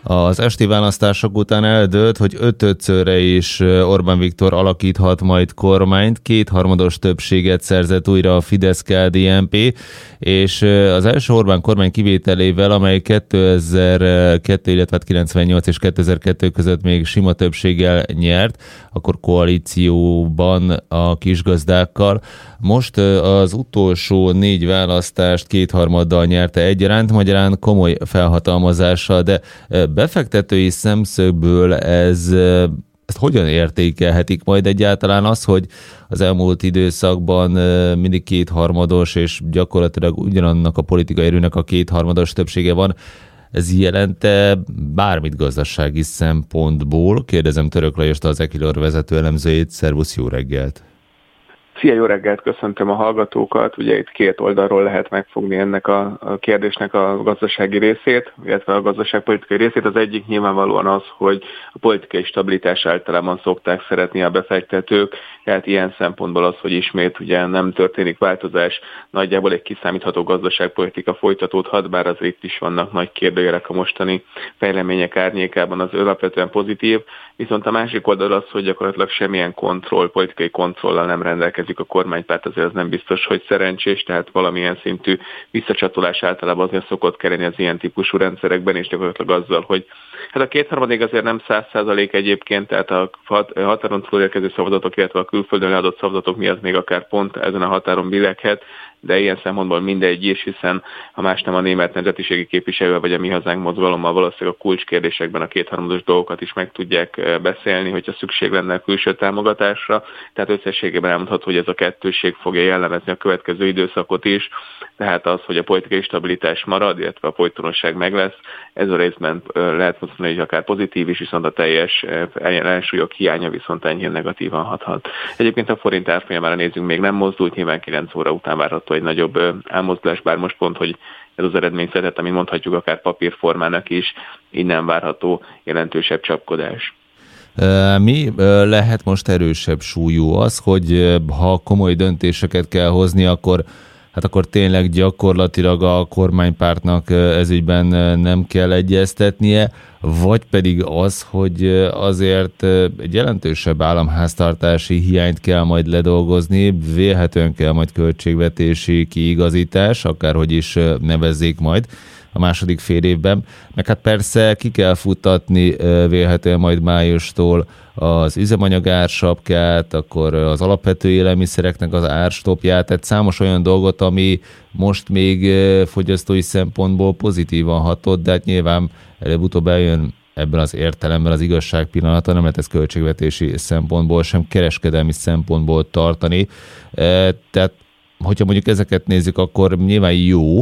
Az esti választások után eldőlt, hogy ötödszörre is Orbán Viktor alakíthat majd kormányt, kétharmados többséget szerzett újra a Fidesz-KDNP, és az első Orbán kormány kivételével, amely 2002, illetve 98 és 2002 között még sima többséggel nyert, akkor koalícióban a kisgazdákkal. Most az utolsó 4 választást kétharmaddal nyerte egyaránt, magyarán komoly felhatalmazással, de befektetői szemszögből ezt hogyan értékelhetik majd egyáltalán az, hogy az elmúlt időszakban mindig kétharmados és gyakorlatilag ugyanannak a politikai erőnek a kétharmados többsége van. Ez jelente bármit gazdasági szempontból? Kérdezem Török Lajost, az Equilor vezető elemzőjét. Szervusz, jó reggelt! Szia, jó reggelt, köszöntöm a hallgatókat. Ugye itt 2 oldalról lehet megfogni ennek a kérdésnek a gazdasági részét, illetve a gazdaságpolitikai részét. Az egyik nyilvánvalóan az, hogy a politikai stabilitás általában szokták szeretni a befektetők, tehát ilyen szempontból az, hogy ismét ugye nem történik változás, nagyjából egy kiszámítható gazdaságpolitika folytatódhat, bár azért itt is vannak nagy kérdőjelek a mostani fejlemények árnyékában, az alapvetően pozitív, viszont a másik oldal az, hogy gyakorlatilag semmilyen politikai kontrollal nem rendelkezik a kormánypárt, azért az nem biztos, hogy szerencsés, tehát valamilyen szintű visszacsatolás általában azért szokott kerülni az ilyen típusú rendszerekben, és gyakorlatilag azzal, hogy hát a kétharmadig azért nem 100% egyébként, tehát a határon túl érkező szavazatok, illetve a külföldön leadott szavazatok miatt még akár pont ezen a határon billeghet, de ilyen szempontból mindegy is, hiszen ha más nem a német nemzetiségi képviselővel vagy a Mi Hazánk mozgalommal valószínűleg a kulcskérdésekben a kétharmados dolgokat is meg tudják beszélni, hogyha szükség lenne a külső támogatásra. Tehát összességében elmondható, hogy ez a kettősség fogja jellemezni a következő időszakot is, tehát az, hogy a politikai stabilitás marad, illetve a folytonosság meg lesz, ez a részben lehet mondani, hogy akár pozitív is, viszont a teljes ellensúlyok hiánya viszont enyhén negatívan hathat. Egyébként a forint árfolyamára nézzünk, még nem mozdult, nyilván 9 óra után várható egy nagyobb elmozdulás, bár most pont, hogy ez az eredmény született, amit mondhatjuk akár papírformának is, innen várható jelentősebb csapkodás. Mi lehet most erősebb súlyú az, hogy ha komoly döntéseket kell hozni, akkor tényleg gyakorlatilag a kormánypártnak ezügyben nem kell egyeztetnie, vagy pedig az, hogy azért egy jelentősebb államháztartási hiányt kell majd ledolgozni, vélhetően kell majd költségvetési kiigazítás, akárhogy is nevezzék majd a második fél évben, meg hát persze ki kell futtatni vélhetően majd májustól az üzemanyag ársapkát, akkor az alapvető élelmiszereknek az árstopját, tehát számos olyan dolgot, ami most még fogyasztói szempontból pozitívan hatott, de hát nyilván előbb-utóbb eljön ebben az értelemben az igazság pillanata, nem lehet ezt költségvetési szempontból, sem kereskedelmi szempontból tartani. Tehát, hogyha mondjuk ezeket nézzük, akkor nyilván jó,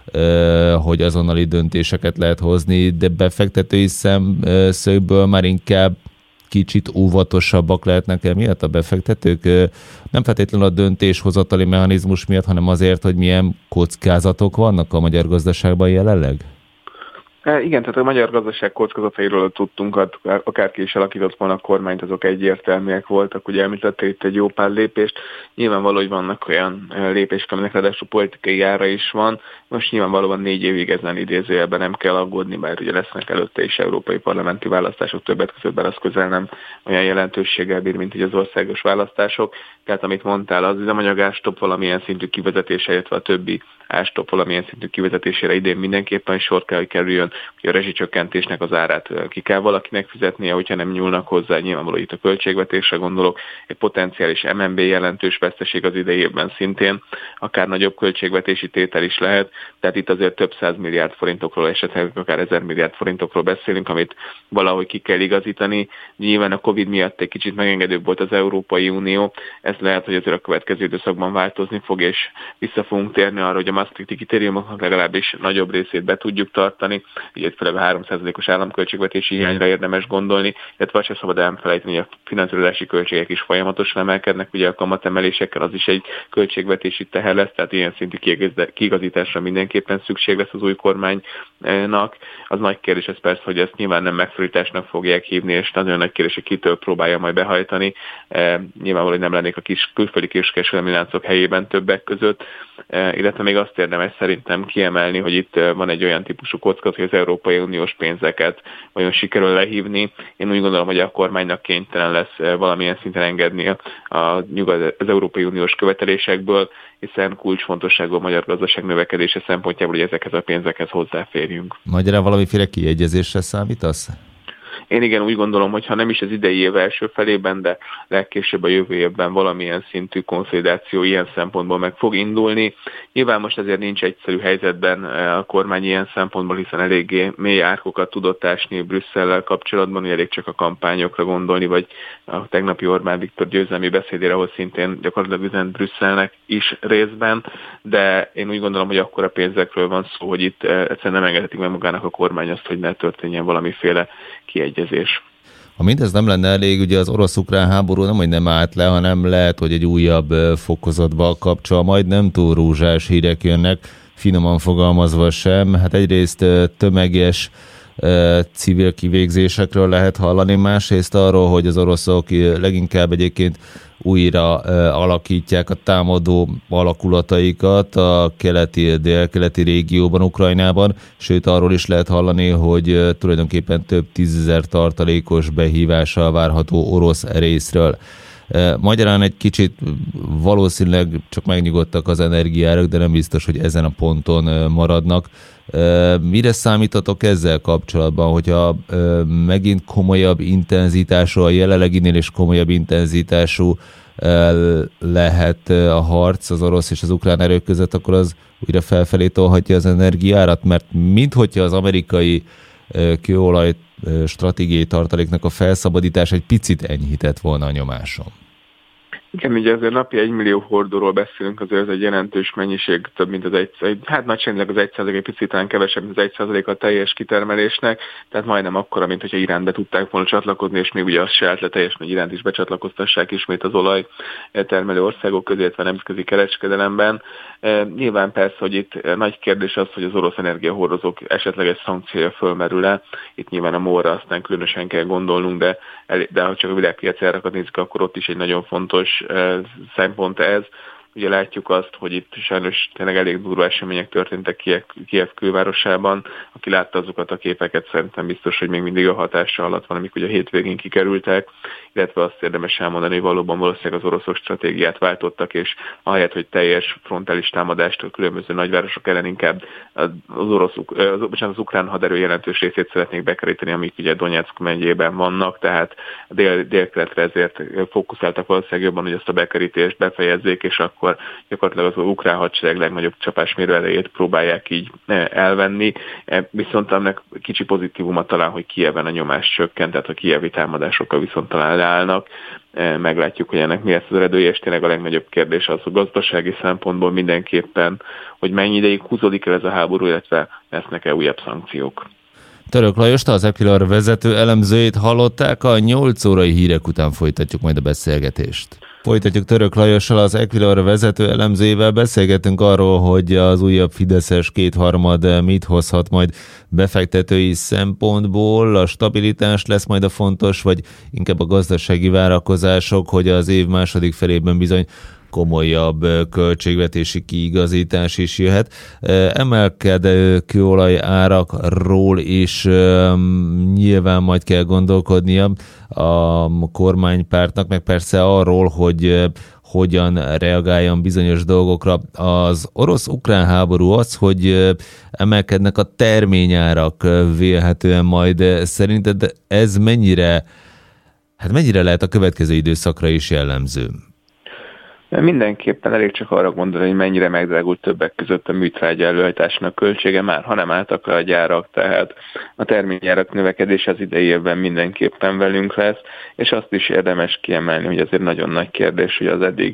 hogy azonnali döntéseket lehet hozni, de befektetői szemszögből már inkább kicsit óvatosabbak lehetnek emiatt a befektetők. Nem feltétlenül a döntéshozatali mechanizmus miatt, hanem azért, hogy milyen kockázatok vannak a magyar gazdaságban jelenleg? Igen, tehát a magyar gazdaság kockázatairól tudtunk, akárki is alakított volna a kormányt, azok egyértelműek voltak. Ugye említettél itt egy jó pár lépést. Nyilvánvaló, hogy vannak olyan lépések, aminek ráadásul politikai ára is van. Most nyilvánvalóan 4 évig ezen idézőjelben nem kell aggódni, mert ugye lesznek előtte is európai parlamenti választások, többet között az közel nem olyan jelentőséggel bír, mint ugye az országos választások. Tehát amit mondtál, az üzemanyag árstop valamilyen szintű kivezetése, illetve a többi árstop valamilyen szintű kivezetésére idén mindenképpen sor kell, hogy kerüljön, hogy a rezsicsökkentésnek az árát ki kell valakinek fizetnie, hogyha nem nyúlnak hozzá, nyilvánvaló itt a költségvetésre gondolok, egy potenciális MNB jelentős veszteség az idejében szintén, akár nagyobb költségvetési tétel is lehet, tehát itt azért több 100 milliárd forintokról, esetleg akár 1000 milliárd forintokról beszélünk, amit valahogy ki kell igazítani. Nyilván a Covid miatt egy kicsit megengedőbb volt az Európai Unió, ez lehet, hogy azért a következő időszakban változni fog, és vissza fogunk térni arra, hogy a Maastrichti kritériumoknak legalábbis nagyobb részét be tudjuk tartani, ugye főleg a 3%-os államköltségvetési hiányra érdemes gondolni, illetve azt sem szabad elfelejteni, hogy a finanszírozási költségek is folyamatosan emelkednek, ugye a kamatemelésekkel az is egy költségvetési teher lesz, tehát ilyen szintű kiigazításra mindenképpen szükség lesz az új kormánynak. Az nagy kérdés ez persze, hogy ezt nyilván nem megszorításnak fogják hívni, és nagyon nagy kérdés, hogy kitől próbálja majd behajtani. Nyilvánvalóan, hogy nem lennék a külföldi kiskereskedelmi láncok helyében többek között, illetve még azt érdemes szerintem kiemelni, hogy itt van egy olyan típusú kockázat, hogy az Európai Uniós pénzeket vajon sikerül lehívni. Én úgy gondolom, hogy a kormánynak kénytelen lesz valamilyen szinten engedni az Európai Uniós követelésekből, hiszen kulcsfontosságú a magyar gazdaság növekedése szempontjából, hogy ezekhez a pénzekhez hozzáférjünk. Magyarán valamiféle kiegyezésre számítasz? Én igen úgy gondolom, hogy ha nem is az idei év első felében, de legkésőbb a jövő évben valamilyen szintű konszolidáció ilyen szempontból meg fog indulni. Nyilván most azért nincs egyszerű helyzetben a kormány ilyen szempontból, hiszen eléggé mély árkokat tudott ásni Brüsszellel kapcsolatban, hogy elég csak a kampányokra gondolni, vagy a tegnapi Orbán Viktor győzelmi beszédére, ahol szintén gyakorlatilag üzent Brüsszelnek is részben, de én úgy gondolom, hogy akkora pénzekről van szó, hogy itt egyszerűen nem engedhetik meg magának a kormány azt, hogy ne történjen valamiféle kiegyezés. Ha mindez nem lenne elég, ugye az orosz-ukrán háború nem, hogy nem állt le, hanem lehet, hogy egy újabb fokozatba kapcsol, majd nem túl rózsás hírek jönnek, finoman fogalmazva sem. Hát egyrészt tömeges civil kivégzésekről lehet hallani, másrészt arról, hogy az oroszok leginkább egyébként újra alakítják a támadó alakulataikat a délkeleti régióban, Ukrajnában, sőt arról is lehet hallani, hogy tulajdonképpen több 10 000 tartalékos behívással várható orosz részről. Magyarán egy kicsit valószínűleg csak megnyugodtak az energiárak, de nem biztos, hogy ezen a ponton maradnak. Mire számítatok ezzel kapcsolatban, hogyha megint komolyabb intenzitású, a jelenleginél is komolyabb intenzitású lehet a harc az orosz és az ukrán erők között, akkor az újra felfelé tolhatja az energiárat, mert minthogyha az amerikai kőolaj stratégiai tartaléknak a felszabadítás egy picit enyhített volna a nyomáson. Igen, ugye azért napi 1 millió hordóról beszélünk, azért ez egy jelentős mennyiség, több mint az nagyságrendileg az 1% egy picit talán kevesebb, mint az 1% a teljes kitermelésnek, tehát majdnem akkora, mint hogyha Irán be tudták volna csatlakozni, és még ugye az se állt le teljesen, hogy Iránt is becsatlakoztassák ismét az olajtermelő országok közé, illetve nemzetközi kereskedelemben. Nyilván persze, hogy itt nagy kérdés az, hogy az orosz energiahordozók esetleges szankciója fölmerül-e. Itt nyilván a MOL-ra aztán különösen kell gondolnunk, de ha csak a világpiaci árakat nézzük, akkor ott is egy nagyon fontos szempont ez. Ugye látjuk azt, hogy itt sajnos tényleg elég durva események történtek Kijev külvárosában. Aki látta azokat a képeket, szerintem biztos, hogy még mindig a hatása alatt van, amik ugye a hétvégén kikerültek, illetve azt érdemes elmondani, hogy valószínűleg az oroszok stratégiát váltottak, és ahelyett, hogy teljes frontális támadást a különböző nagyvárosok ellen inkább az ukrán haderő jelentős részét szeretnék bekeríteni, amik ugye Donetsk megyében vannak, tehát délkeletre ezért fókuszáltak valószínűleg jobban, hogy ezt a bekerítést befejezzék, és akkor gyakorlatilag az ukrán hadsereg legnagyobb csapásmérő erejét próbálják így elvenni, viszont annak kicsi pozitívuma talán, hogy Kijeven a nyomás csökkent, tehát a kijevi támadásokkal viszont talán leállnak. Meglátjuk, hogy ennek mi lesz az eredője, és tényleg a legnagyobb kérdés az a gazdasági szempontból mindenképpen, hogy mennyi ideig húzódik el ez a háború, illetve lesznek-e újabb szankciók. Török Lajost, az Equilar vezető elemzőjét hallották, a 8 órai hírek után folytatjuk majd a beszélgetést. Folytatjuk Török Lajossal, az Equilar vezető elemzőjével, beszélgetünk arról, hogy az újabb fideszes kétharmad mit hozhat majd befektetői szempontból, a stabilitás lesz majd a fontos, vagy inkább a gazdasági várakozások, hogy az év második felében bizony komolyabb költségvetési kiigazítás is jöhet. Emelkedő kőolaj árakról is nyilván majd kell gondolkodnia a kormánypártnak, meg persze arról, hogy hogyan reagáljon bizonyos dolgokra. Az orosz-ukrán háború az, hogy emelkednek a terményárak vélhetően majd. Szerinted ez mennyire lehet a következő időszakra is jellemző? Mindenképpen elég csak arra gondolni, hogy mennyire megdrágult többek között a műtrágya előállításnak költsége, már ha nem álltak le a gyárak, tehát a terményárak növekedése az idei évben mindenképpen velünk lesz, és azt is érdemes kiemelni, hogy azért nagyon nagy kérdés, hogy az eddig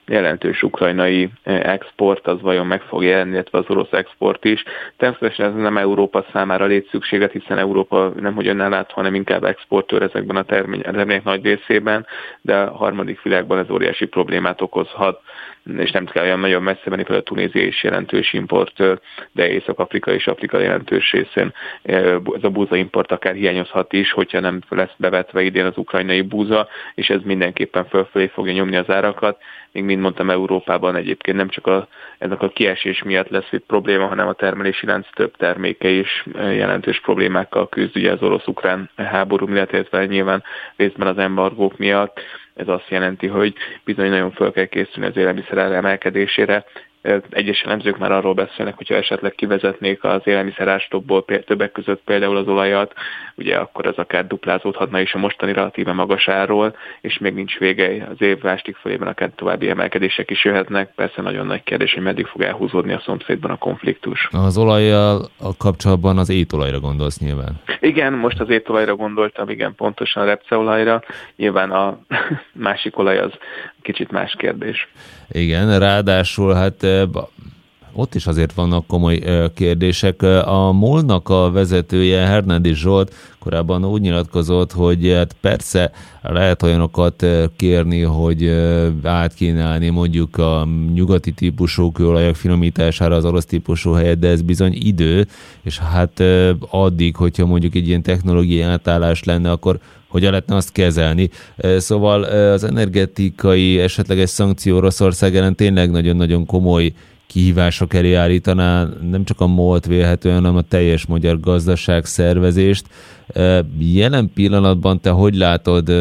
jelentős ukrajnai export az vajon meg fog jelenni, illetve az orosz export is. Természetesen ez nem Európa számára létszükséget, hiszen Európa nem hogy önállátó, hanem inkább exportőr ezekben a termények nagy részében, de a harmadik világban ez óriási problémát okozhat, és nem kell olyan nagyon messze menni, például a Tunézia is jelentős importőr, de Észak-Afrika és Afrika jelentős részén ez a búzaimport akár hiányozhat is, hogyha nem lesz bevetve idén az ukrajnai búza, és ez mindenképpen fölfelé fogja nyomni az árakat. Még mint mondtam, Európában egyébként nem csak ennek a kiesés miatt lesz itt probléma, hanem a termelési lánc több terméke is jelentős problémákkal küzd, ugye az orosz-ukrán háború miatt, illetve nyilván részben az embargók miatt. Ez azt jelenti, hogy bizony nagyon fel kell készülni az élelmiszerár emelkedésére. Egyes elemzők már arról beszélnek, hogyha esetleg kivezetnék az élelmiszerárstopból többek között például az olajat, ugye akkor az akár duplázódhatna is a mostani relatíve magas árról, és még nincs vége az év másik felében, akár további emelkedések is jöhetnek. Persze nagyon nagy kérdés, hogy meddig fog elhúzódni a szomszédban a konfliktus. Az olajjal kapcsolatban az étolajra gondolsz nyilván? Igen, most az étolajra gondoltam, igen, pontosan a repceolajra. Nyilván a másik olaj az kicsit más kérdés. Igen, ráadásul hát ott is azért vannak komoly kérdések. A MOL-nak a vezetője, Hernádi Zsolt korábban úgy nyilatkozott, hogy hát persze lehet olyanokat kérni, hogy átkínálni mondjuk a nyugati típusú kőolajak finomítására az orosz típusú helyet, de ez bizony idő, és hát addig, hogyha mondjuk egy ilyen technológiai átállás lenne, akkor hogyan lehetne azt kezelni. Szóval az energetikai esetleges szankció Oroszország ellen tényleg nagyon-nagyon komoly kihívások elé állítaná nem csak a MOL-t vélhetően, hanem a teljes magyar gazdaság szervezést. Jelen pillanatban te hogy látod,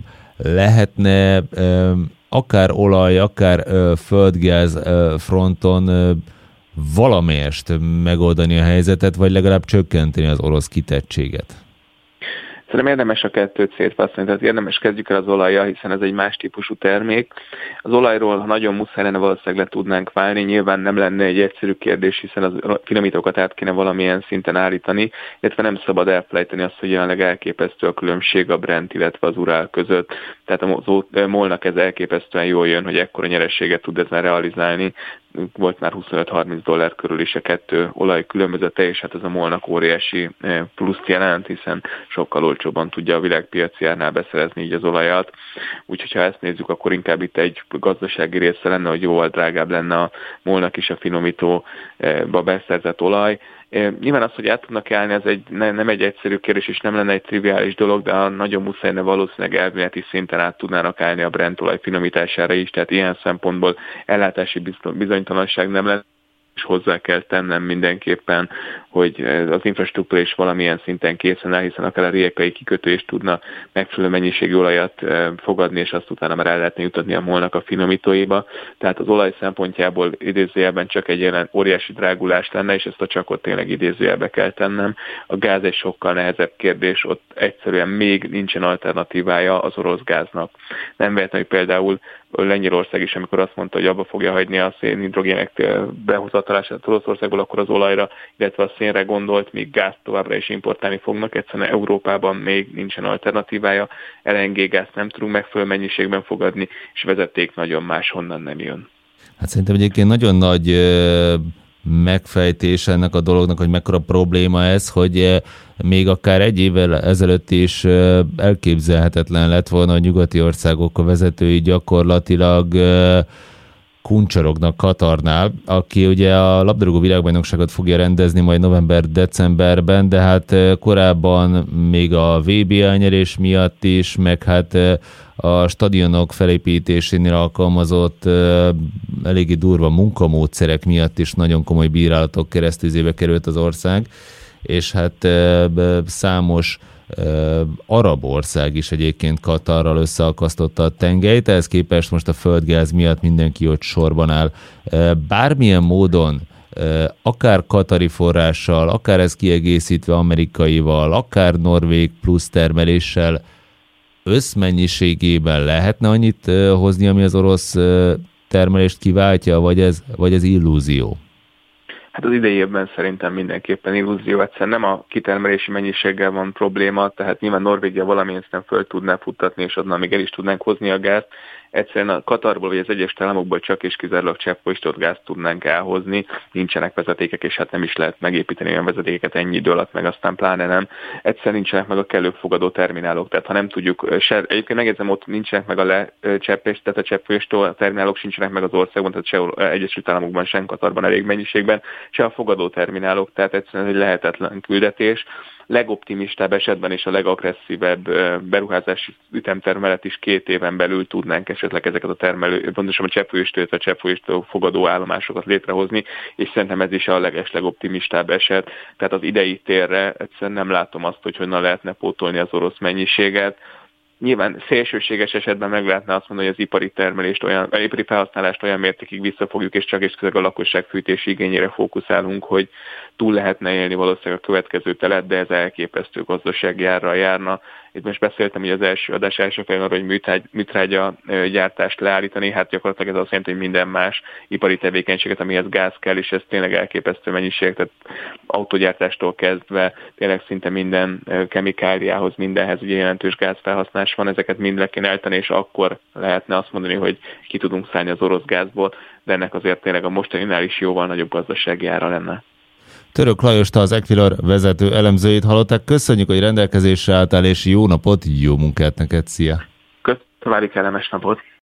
lehetne akár olaj, akár földgáz fronton valamelyest megoldani a helyzetet, vagy legalább csökkenteni az orosz kitettséget? Szerintem érdemes a kettőt szétválasztani, tehát érdemes kezdjük el az olajjal, hiszen ez egy más típusú termék. Az olajról, ha nagyon muszáj lenne, valószínűleg le tudnánk válni, nyilván nem lenne egy egyszerű kérdés, hiszen a finomítókat át kéne valamilyen szinten állítani, illetve nem szabad elfelejteni azt, hogy jelenleg elképesztő a különbség a Brent, illetve az Urál között. Tehát a MOL-nak ez elképesztően jól jön, hogy ekkora nyerességet tud ezen realizálni. Volt már $25-30 körül is a kettő olaj különbözete, és hát ez a MOL-nak óriási pluszt jelent, hiszen sokkal olcsóbban tudja a világpiaci árnál beszerezni így az olajat. Úgyhogy ha ezt nézzük, akkor inkább itt egy gazdasági része lenne, hogy jóval drágább lenne a MOL-nak is a finomítóba beszerzett olaj. Nyilván az, hogy át tudnak állni, ez nem egy egyszerű kérdés, és nem lenne egy triviális dolog, de nagyon muszáj lenne valószínűleg elméleti szinten át tudnának állni a Brent olaj finomítására is, tehát ilyen szempontból ellátási bizonytalanság nem lenne, és hozzá kell tennem mindenképpen, hogy az infrastruktúra is valamilyen szinten készen áll, hiszen akár a rijékai kikötő is tudna megfelelő mennyiségű olajat fogadni, és azt utána már el lehetne jutatni a MOL-nak a finomítóiba. Tehát az olaj szempontjából idézőjelben csak egy ilyen óriási drágulás lenne, és ezt a csakot tényleg idézőjelbe kell tennem. A gáz egy sokkal nehezebb kérdés, ott egyszerűen még nincsen alternatívája az orosz gáznak. Nem véletlenül például Lengyelország is, amikor azt mondta, hogy abba fogja hagyni a szénhidrogének behozatalását Oroszországból, akkor az olajra, illetve a szénre gondolt, míg gázt továbbra is importálni fognak. Egyszerűen Európában még nincsen alternatívája, LNG gázt nem tudunk megfelelő mennyiségben fogadni, és vezeték nagyon máshonnan nem jön. Hát szerintem egyébként nagyon nagy megfejtés ennek a dolognak, hogy mekkora probléma ez, hogy még akár egy évvel ezelőtt is elképzelhetetlen lett volna, a nyugati országok a vezetői gyakorlatilag kuncsorognak Katarnál, aki ugye a labdarúgó világbajnokságot fogja rendezni majd november-decemberben, de hát korábban még a VB elnyerés miatt is, meg hát a stadionok felépítésénél alkalmazott eléggé durva munkamódszerek miatt is nagyon komoly bírálatok keresztüzébe került az ország, és hát számos arab ország is egyébként Katarral összeakasztotta a tengelyt, ehhez képest most a földgáz miatt mindenki ott sorban áll. Bármilyen módon, akár katari forrással, akár ez kiegészítve amerikaival, akár norvég plusz termeléssel összmennyiségében lehetne annyit hozni, ami az orosz termelést kiváltja, vagy ez illúzió? Hát az idei évben szerintem mindenképpen illúzió, egyszerűen nem a kitermelési mennyiséggel van probléma, tehát nyilván Norvégia valamilyen szinten föl tudná futtatni, és onnan még el is tudnánk hozni a gázt. egyszerűen a Katarból vagy az Egyesült Államokból csak és kizárólag cseppfolyósított gázt tudnánk elhozni, nincsenek vezetékek, és hát nem is lehet megépíteni olyan vezetékeket ennyi idő alatt, meg aztán pláne nem. Egyszerűen nincsenek meg a kellő fogadó terminálok, tehát ha nem tudjuk, egyébként megjegyzem, ott nincsenek meg a lecseppés, tehát a cseppfolyósító terminálok sincsenek meg az országban, tehát se Egyesült Államokban, sem Katarban elég mennyiségben, se a fogadó terminálok, tehát egyszerűen egy lehetetlen küldetés. Legoptimistább esetben és a legagresszívebb beruházási ütemterv is 2 éven belül tudnánk esetleg ezeket a pontosan a cseppfolyósító fogadó állomásokat létrehozni, és szerintem ez is a legoptimistább eset. Tehát az idei térre egyszerűen nem látom azt, hogy honnan lehetne pótolni az orosz mennyiséget. Nyilván szélsőséges esetben meg lehetne azt mondani, hogy az ipari felhasználást olyan mértékig visszafogjuk, és csak és a lakosság fűtési igényére fókuszálunk, hogy túl lehetne élni valószínűleg a következő telet, de ez elképesztő gazdasági árral járna. Itt most beszéltem, hogy az első adás első fején arra, hogy műtrágya gyártást leállítani, hát gyakorlatilag ez azt jelenti, hogy minden más ipari tevékenységet, amihez gáz kell, és ez tényleg elképesztő mennyiség, tehát autógyártástól kezdve tényleg szinte minden kemikáliához, mindenhez ugye jelentős gázfelhasználás van, ezeket mind le kéne elteni, és akkor lehetne azt mondani, hogy ki tudunk szállni az orosz gázból, de ennek azért tényleg a mostaninál is jóval nagyobb gazdasági ára lenne. Török Lajost, az Equilar vezető elemzőjét hallották. Köszönjük, hogy rendelkezésre álltál, és jó napot, jó munkát neked, szia! Köszönöm, kellemes napot!